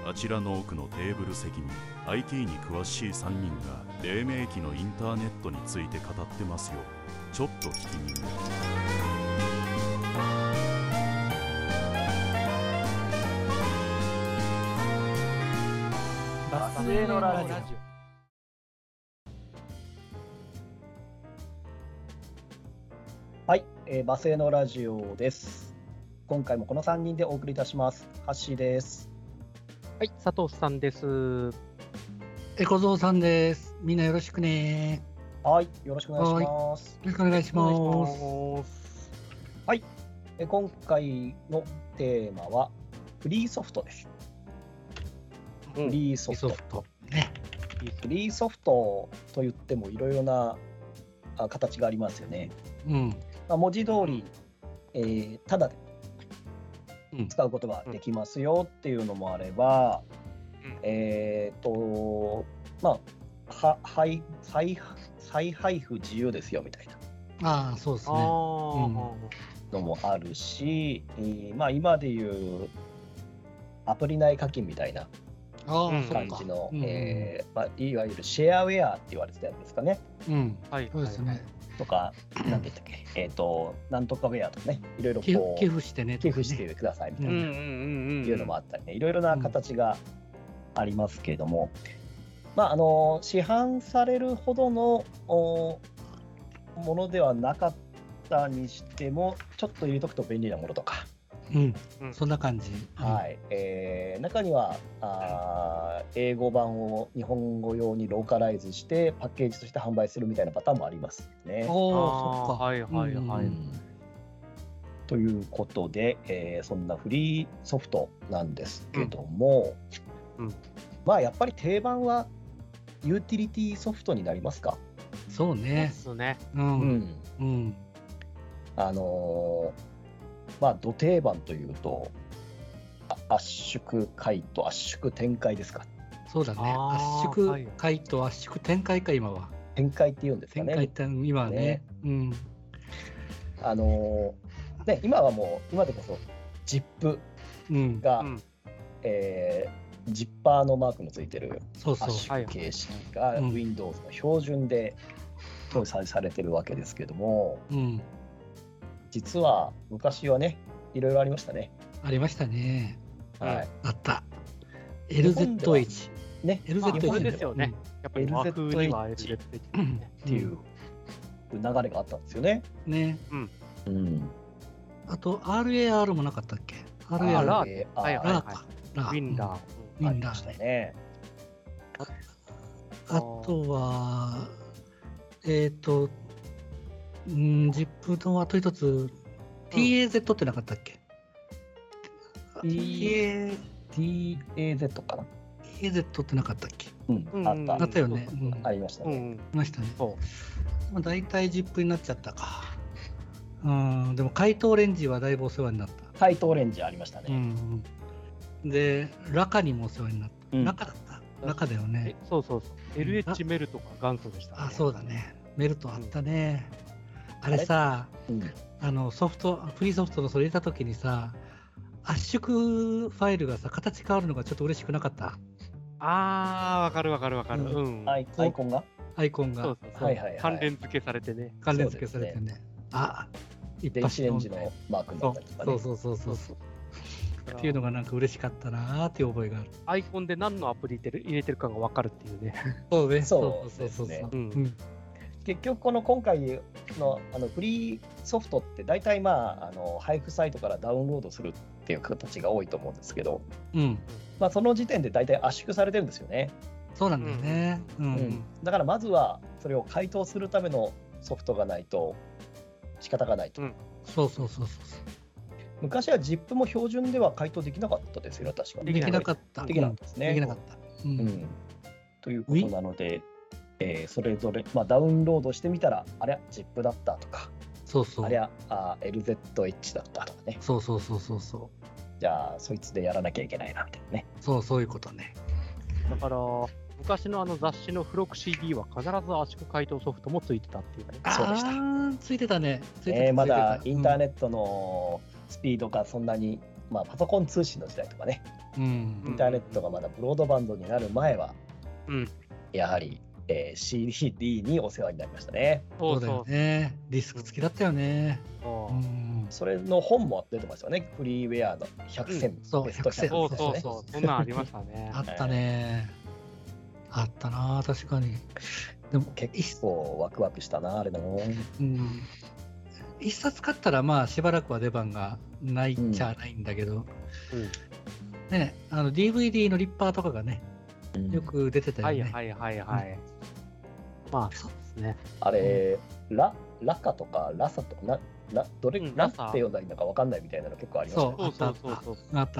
あちらの奥のテーブル席に IT に詳しい3人が黎明期のインターネットについて語ってますよ。ちょっと聞きに。 バスへのラジオ。 はい、バスへのラジオです。今回もこの3人でお送りいたします。ハッシーです。 はい、佐藤さんです。 小僧さんです。みんなよろしくね。 はい、よろしくお願いします。 よろしくお願いします。 はい、今回のテーマはフリーソフトです。フリーソフトね。 フリーソフトと言ってもいろいろな形がありますよね。文字通り、ただで使うことができますよっていうのもあれば、再配布自由ですよみたいなそうですね。 のもあるし、今でいうアプリ内課金みたいな感じの、いわゆるシェアウェアって言われてたやつですかね。 そうですね。 とか、なんて言ったっけ、なんとかウェアとかね、いろいろこう寄付してね、 寄付してくださいみたいないうのもあったりね、いろいろな形がありますけれども、市販されるほどのものではなかったにしても、ちょっと入れとくと便利なものとか、 そんな感じ。 中には英語版を日本語用にローカライズしてパッケージとして販売するみたいなパターンもありますね。 そっか。 ということで、そんなフリーソフトなんですけども、やっぱり定番はユーティリティソフトになりますか。 そうね。 ど定番というと圧縮解と圧縮展開ですか。 そうだね。圧縮解と圧縮展開か。今は展開って言うんですかね。 展開って今はね。 今はもう今でこそ ZIP が、ジッパーのマークのついてる圧縮形式が Windows の標準で搭載されてるわけですけども、実は昔はね、いろいろありましたね。 ありましたね。 あった。LZH ね。 LZH ですよね。やっぱり和風には LZH っていう流れがあったんですよね。 あと RAR もなかったっけ。 ラーか。ウィンラー。 ありましたね。 あとはZIP のあと一つ TAZ ってなかったっけ。 TAZ かな。 TAZ ってなかったっけ。 あったよね。 ありましたね。 だいたい ZIP になっちゃったか。でも怪盗レンジはだいぶお世話になった。 怪盗レンジありましたね。 でラカにもお世話になった。ラカだった。ラカだよね。 そう。LH メルトが元祖でしたね。 そうだね。メルトあったね。あれさ、フリーソフトのそれ入れた時にさ、圧縮ファイルがさ形変わるのがちょっと嬉しくなかった。 わかる。 アイコンが関連付けされてね。 電子レンジのマークになったりとかね。 そうっていうのがなんか嬉しかったなーっていう覚えがある。 アイコンで何のアプリ入れてるかが分かるっていうね。 そうですね。結局この今回のフリーソフトって大体配布サイトからダウンロードするっていう形が多いと思うんですけど、その時点で大体圧縮されてるんですよね。 そうなんだよね。 だからまずはそれを解凍するためのソフトがないと仕方がないと。 そう。 昔は ZIP も標準では解凍できなかったですよ、確かに。 できなかった。 できなかったですね。 できなかった。 ということなので、それぞれ、ダウンロードしてみたら、あれは ZIP だったとか、あれはLZH だったとかね。 そう。 じゃあ、そいつでやらなきゃいけないなみたいなね。 そういうことね。 だから、昔の雑誌の付録 CD は必ず圧縮解凍ソフトもついてたっていうね。 そうでした。 ついてたね。 まだインターネットのスピードがそんなに、パソコン通信の時代とかね、 インターネットがまだブロードバンドになる前は、やはり、CD にお世話になりましたね。 そうだよね。ディスク付きだったよね。 それの本も出てますよね。フリーウェアの100選、 ベスト100選。 そう、そんなんありましたね。 あったね。あったな、確かに。 でも結構ワクワクしたな、あれの。 一冊買ったらまあしばらくは出番がないっちゃないんだけど、ね、DVD のリッパーとかがね、よく出てたよね。 はい。まあそうですね。 あれ、ラカとかラサとかどれなんて呼んだらいいのか分かんないみたいなの結構ありましたね。 あった。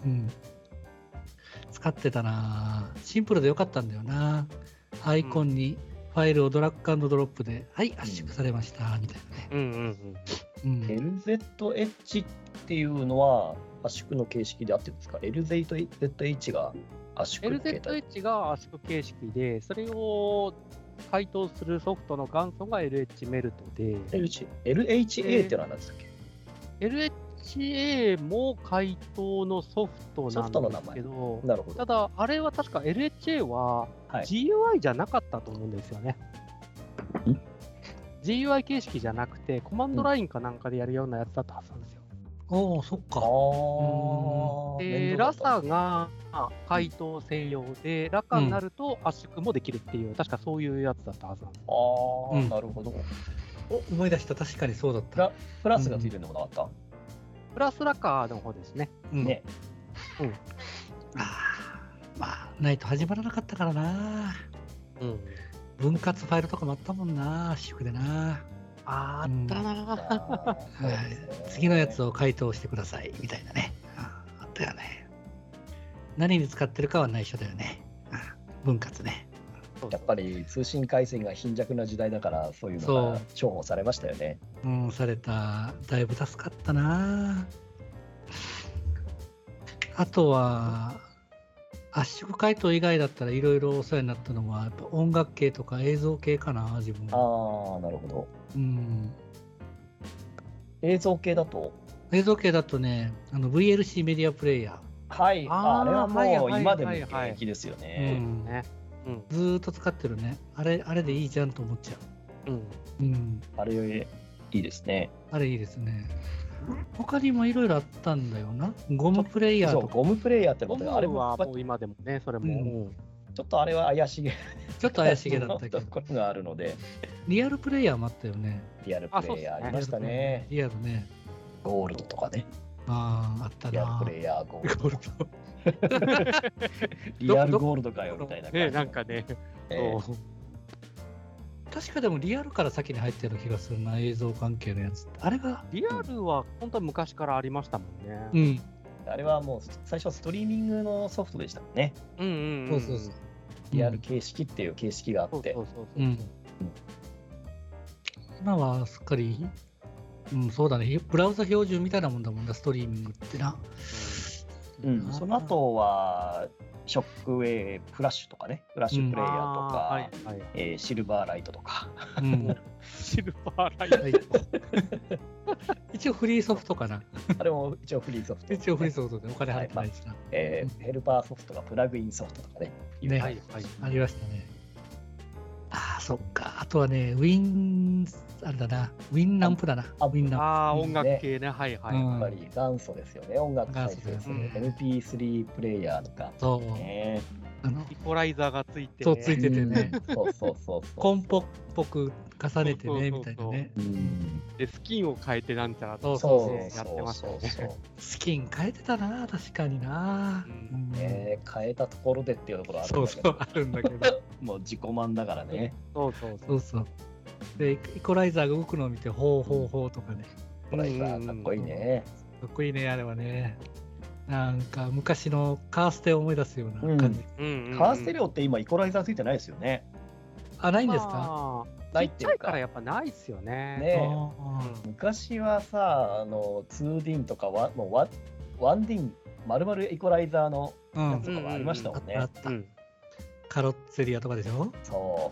使ってたな。シンプルでよかったんだよな。アイコンにファイルをドラッグ&ドロップで、はい、圧縮されましたみたいなね。 LZH っていうのは圧縮の形式であってるんですか？ LZH が圧縮の形式。 LZH が圧縮形式で、それを解凍するソフトの元祖が LH メルトで。 LHA ってのは何でしたっけ？ LHA も解凍のソフトなんですけど、 なるほど。 ただ、あれは確か LHA は GUI じゃなかったと思うんですよね。GUI 形式じゃなくて、コマンドラインかなんかでやるようなやつだったはずなんですよ。 おお、そっか。 ラサが解凍専用で、ラカになると圧縮もできるっていう、確かそういうやつだったはずなんです。 なるほど。 思い出した、確かにそうだった。 プラスがついてるのもなかった？ プラスラカの方ですね。 まあ、ないと始まらなかったからな。分割ファイルとかもあったもんな、圧縮でな。 あったな。 次のやつを解凍してくださいみたいなね。あったよね。何に使ってるかは内緒だよね。分割ね。 やっぱり通信回線が貧弱な時代だから、そういうのが重宝されましたよね。 された。だいぶ助かったな。あとは圧縮解凍以外だったらいろいろお世話になったのはやっぱ音楽系とか映像系かな、自分は。 なるほど。映像系だとね、VLC メディアプレイヤー。はい。あれはもう今でも現役ですよね。 ずーっと使ってるね。あれでいいじゃんと思っちゃう。 あれいいですね。 あれいいですね。他にもいろいろあったんだよな。ゴムプレイヤーとか。 ゴムプレイヤーってことで、 あれはもう今でもね、それも。 ちょっとあれは怪しげ。 ちょっと怪しげだったけど。 これがあるので。 リアルプレイヤーもあったよね。 リアルプレイヤーありましたね。 リアルね。 ゴールドとかね。 あったな。 リアルプレイヤーゴールド。リアルゴールドかよみたいな感じ。 なんかね。 確かでもリアルから先に入ってる気がするな、映像関係のやつって。あれがリアルは本当に昔からありましたもんね。 あれはもう最初はストリーミングのソフトでしたもんね。 そうリアル形式っていう形式があって。 今はすっかり、そうだね、ブラウザ標準みたいなもんだもんだ、ストリーミングってな。 その後はショックウェイフラッシュとかね、フラッシュプレイヤーとか、シルバーライトとか。 シルバーライト。 一応フリーソフトかな。 あれも一応フリーソフト。 一応フリーソフトでお金入ってないしな。 ヘルパーソフトとかプラグインソフトとかね。 ありましたね。そっか。あとはね、ウィンナンプだな。 ウィンナンプ。音楽系ね。 やっぱり元祖ですよね。音楽再生する MP3 プレイヤーとか。 イコライザーがついて。 そう、ついててね。 そう。 コンポっぽく重ねてね、みたいなね。 で、スキンを変えてなんちゃらとやってましたね。 スキン変えてたな、確かにな。 変えたところでっていうところあるんだけど。 あるんだけど。 もう自己満だからね。 そう。 で、イコライザーが動くのを見て、ほうとかね。 イコライザーかっこいいね。 かっこいいね、あれはね。なんか昔のカーステを思い出すような感じ。 カーステレオって今イコライザーついてないですよね。 ないんですか？ ちっちゃいからやっぱないっすよね。 昔はさ、2DIN とか1DIN 丸々イコライザーのやつとかもありましたもんね。 カロッツェリアとかでしょ？ そう。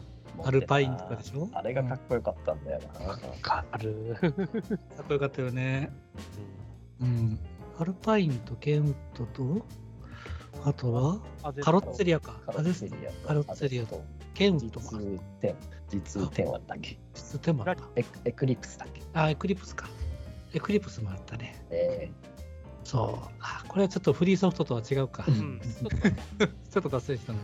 アルパインとかでしょ？ あれがかっこよかったんだよな。 かっこよかったよね。アルパインとケンウッドとあとはカロッツェリアか。 カロッツェリア。 カロッツェリアとケンとか。 実10はあったっけ？ 実10もあった。 エクリプスだっけ？ エクリプスか。エクリプスもあったね。そう。これはちょっとフリーソフトとは違うか。ちょっと達成したな。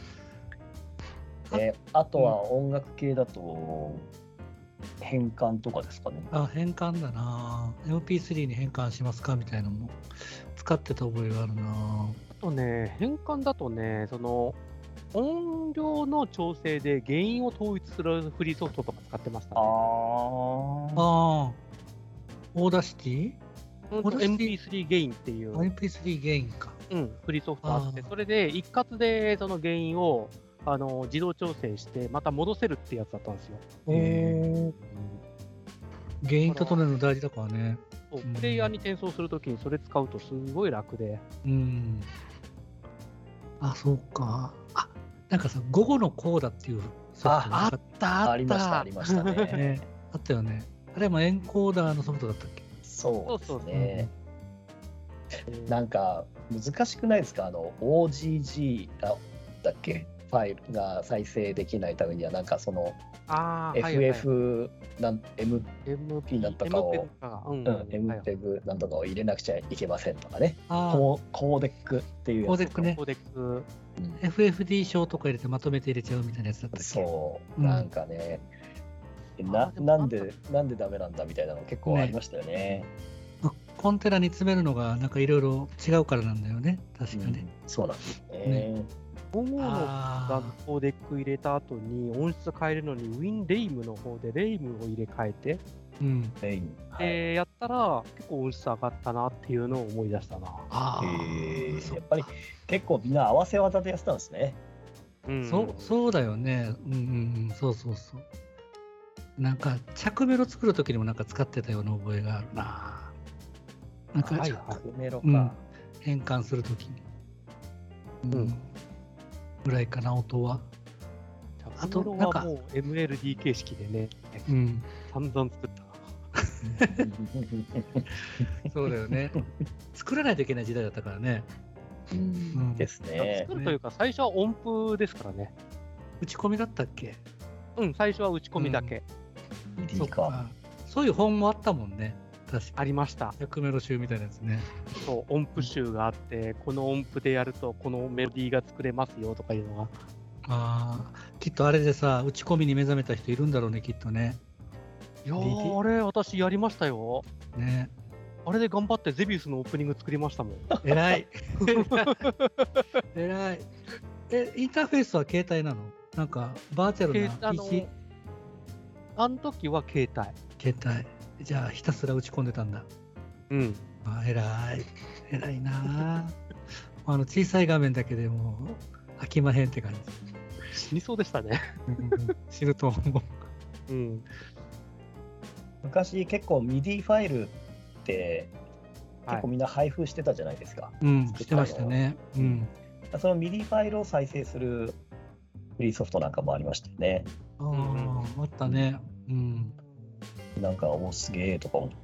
あとは音楽系だと変換とかですかね。 変換だな。MP3 に変換しますかみたいなのも使ってた覚えがあるな。 あとね、変換だとね、その音量の調整で原因を統一するフリーソフトとか使ってましたね。 オーダーシティ MP3 ゲインっていう。 MP3 ゲインか。 フリーソフトあって、それで一括でその原因を自動調整してまた戻せるってやつだったんですよ。 原因整えるの大事だからね。 プレイヤーに転送するときにそれ使うとすごい楽で。 そうか。なんかさ、午後のコーダっていうソフトあったありましたね。 あったよね。あれもエンコーダーのソフトだったっけ？ そうですね。なんか難しくないですか？OGG だっけ？ファイルが再生できないためにはなんかその FF MP なんとかを MPEG なんとかを入れなくちゃいけませんとかね。コーデックっていうやつ。 コーデックね。 コーデック。 FFD 章とか入れてまとめて入れちゃうみたいなやつだったっけ？ そう、なんかね、なんでダメなんだみたいなの結構ありましたよね。 コンテナに詰めるのがなんかいろいろ違うからなんだよね、確かに。 そうなんですね。 5号のコーデック入れた後に音質変えるのに WinRAIM の方で RAIM を入れ替えて、やったら結構音質上がったなっていうのを思い出したな。 やっぱり結構みんな合わせ技でやってたんですね。 そうだよね。そうそうそう。なんか着メロ作る時にもなんか使ってたような覚えがあるな。なんか着メロか、 変換する時に。ぐらいかな、音は。 あとはもう MLD 形式でね、散々作ったな。 そうだよね。作らないといけない時代だったからね。 ですね。 作るというか、最初は音符ですからね。 打ち込みだったっけ？ 最初は打ち込みだけ。 そういう本もあったもんね。 ありました。 100メロ集みたいなやつね。 そう、音符集があって、この音符でやるとこのメロディーが作れますよとかいうのが。 きっとあれでさ、打ち込みに目覚めた人いるんだろうね、きっとね。 いやー、あれ私やりましたよ。 ね。 あれで頑張ってゼビウスのオープニング作りましたもん。 偉い。偉い。インターフェースは携帯なの？なんかバーチャルな PC？ あの時は携帯。 携帯。じゃあひたすら打ち込んでたんだ。偉いな。小さい画面だけでも飽きまへんって感じ。 死にそうでしたね。 死ぬと思う。 昔結構 MIDI ファイルって結構みんな配布してたじゃないですか。 してましたね。 その MIDI ファイルを再生するフリーソフトなんかもありましたよね。 あったね。 なんかすげえとか思って、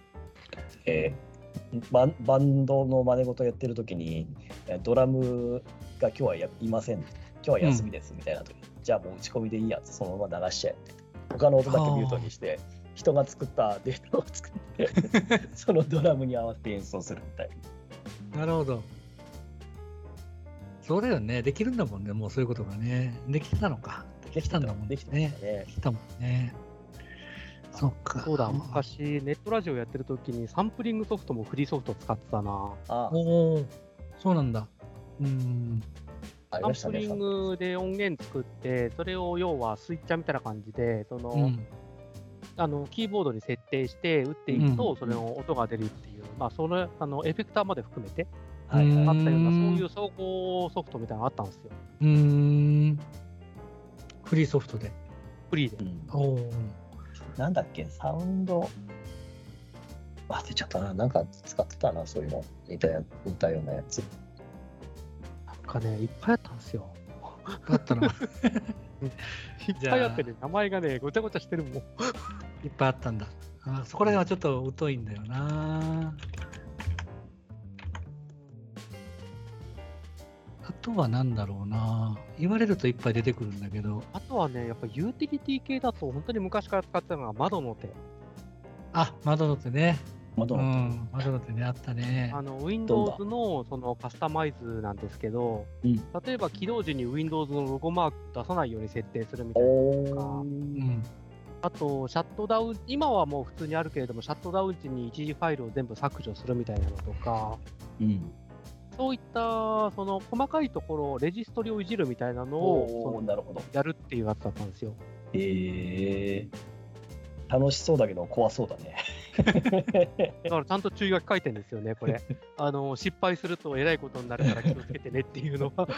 バンドの真似事やってる時にドラムが今日はいません、今日は休みですみたいな時に、じゃあもう打ち込みでいいやつそのまま流しちゃえって他の音だけミュートにして人が作ったデータを作ってそのドラムに合わせて演奏するみたいな。なるほど。そうだよね。できるんだもんね。もうそういうことがね。できてたのか。できたんだもんね。できたもんね。そっか。 そうだ、昔ネットラジオやってる時にサンプリングソフトもフリーソフト使ってたな。 そうなんだ。 サンプリングで音源作って、それを要はスイッチャーみたいな感じで、その、キーボードに設定して打っていくと、それの音が出るっていう、そのエフェクターまで含めて、あったような、そういう総合ソフトみたいなのがあったんですよ。 フリーソフトで。 フリーで。 なんだっけ、サウンド忘れちゃったな。なんか使ってたな、そういうの。似たようなやつ。 なんかね、いっぱいあったんですよ。 あったのいっぱいあってね、名前がね、ごちゃごちゃしてるもん。いっぱいあったんだ。そこら辺はちょっと疎いんだよな。 あとは何だろうな。言われるといっぱい出てくるんだけど。 あとはね、やっぱユーティリティ系だと、本当に昔から使ってたのが窓の手。 あ、窓の手ね。 窓の手。 窓の手ね、あったね。 Windows のそのカスタマイズなんですけど、例えば起動時に Windows のロゴマーク出さないように設定するみたいなのとか、あと、シャットダウン、今はもう普通にあるけれども、シャットダウン時に一時ファイルを全部削除するみたいなのとか、そういったその細かいところ、レジストリをいじるみたいなのをやるっていうやつだったんですよ。 楽しそうだけど怖そうだね。 だからちゃんと注意書き書いてるんですよね、これ。失敗するとえらいことになるから気をつけてねっていうのは。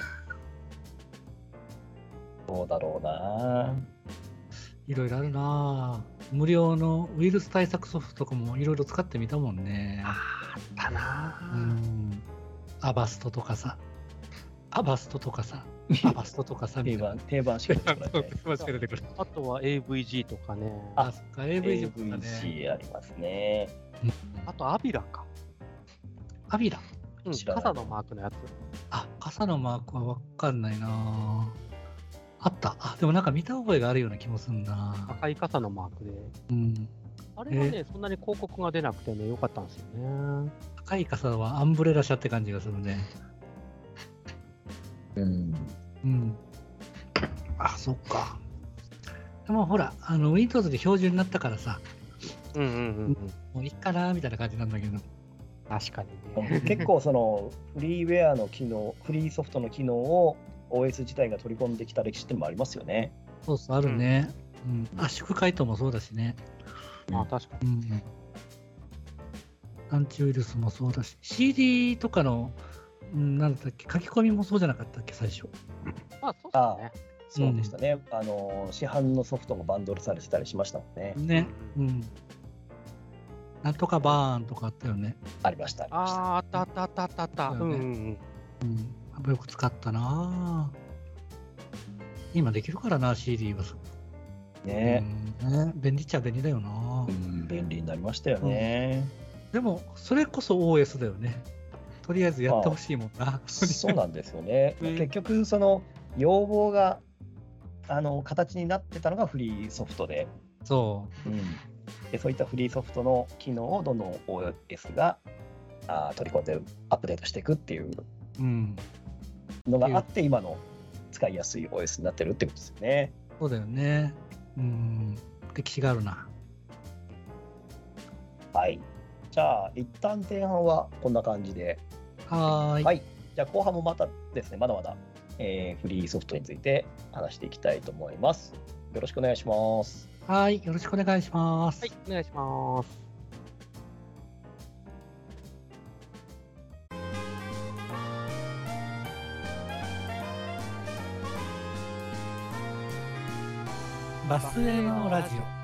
そうだろうな。 いろいろあるな。無料のウイルス対策ソフトとかもいろいろ使ってみたもんね。 あったな。 アバストとかさ。アバストとかさ。 定番しか出てこない。 あとは AVG とかね。 あ、そっか、AVG とかね。 AVG ありますね。 あとアビラか。 アビラ？ 傘のマークのやつ。 あ、傘のマークはわかんないな。あった。あ、でもなんか見た覚えがあるような気もするな。 赤い傘のマークで。あれはね、そんなに広告が出なくてね、よかったんですよね。 赤い傘はアンブレラ社って感じがするね。あ、そっか。でもほら、Windows で標準になったからさ、もういいかなみたいな感じなんだけど。 確かにね。 結構そのフリーウェアの機能、フリーソフトの機能を OS 自体が取り込んできた歴史ってもありますよね。 そうそう、あるね。圧縮解凍もそうだしね。 確かに。 アンチウイルスもそうだし、CD とかの、なんだっけ、書き込みもそうじゃなかったっけ、最初。 そうですね。 そうでしたね。市販のソフトもバンドルされてたりしましたもんね。 ね。なんとかバーンとかあったよね。 ありました。 あった。 よく使ったな。今できるからな、CD は。 ね。 便利っちゃ便利だよな。 便利になりましたよね。 でも、それこそ OS だよね。とりあえずやってほしいもんな。 そうなんですよね。結局、その要望が形になってたのがフリーソフトで。でそういったフリーソフトの機能をどんどん OS が取り込んでアップデートしていくっていうのがあって、今の使いやすい OS になってるってことですよね。 そうだよね。歴史があるな。 はい。じゃあ一旦前半はこんな感じで。 はい。 じゃあ後半もまたですね、まだまだ、フリーソフトについて話していきたいと思います。よろしくお願いします。 はい、よろしくお願いします。 はい、お願いします。 バスへのラジオ。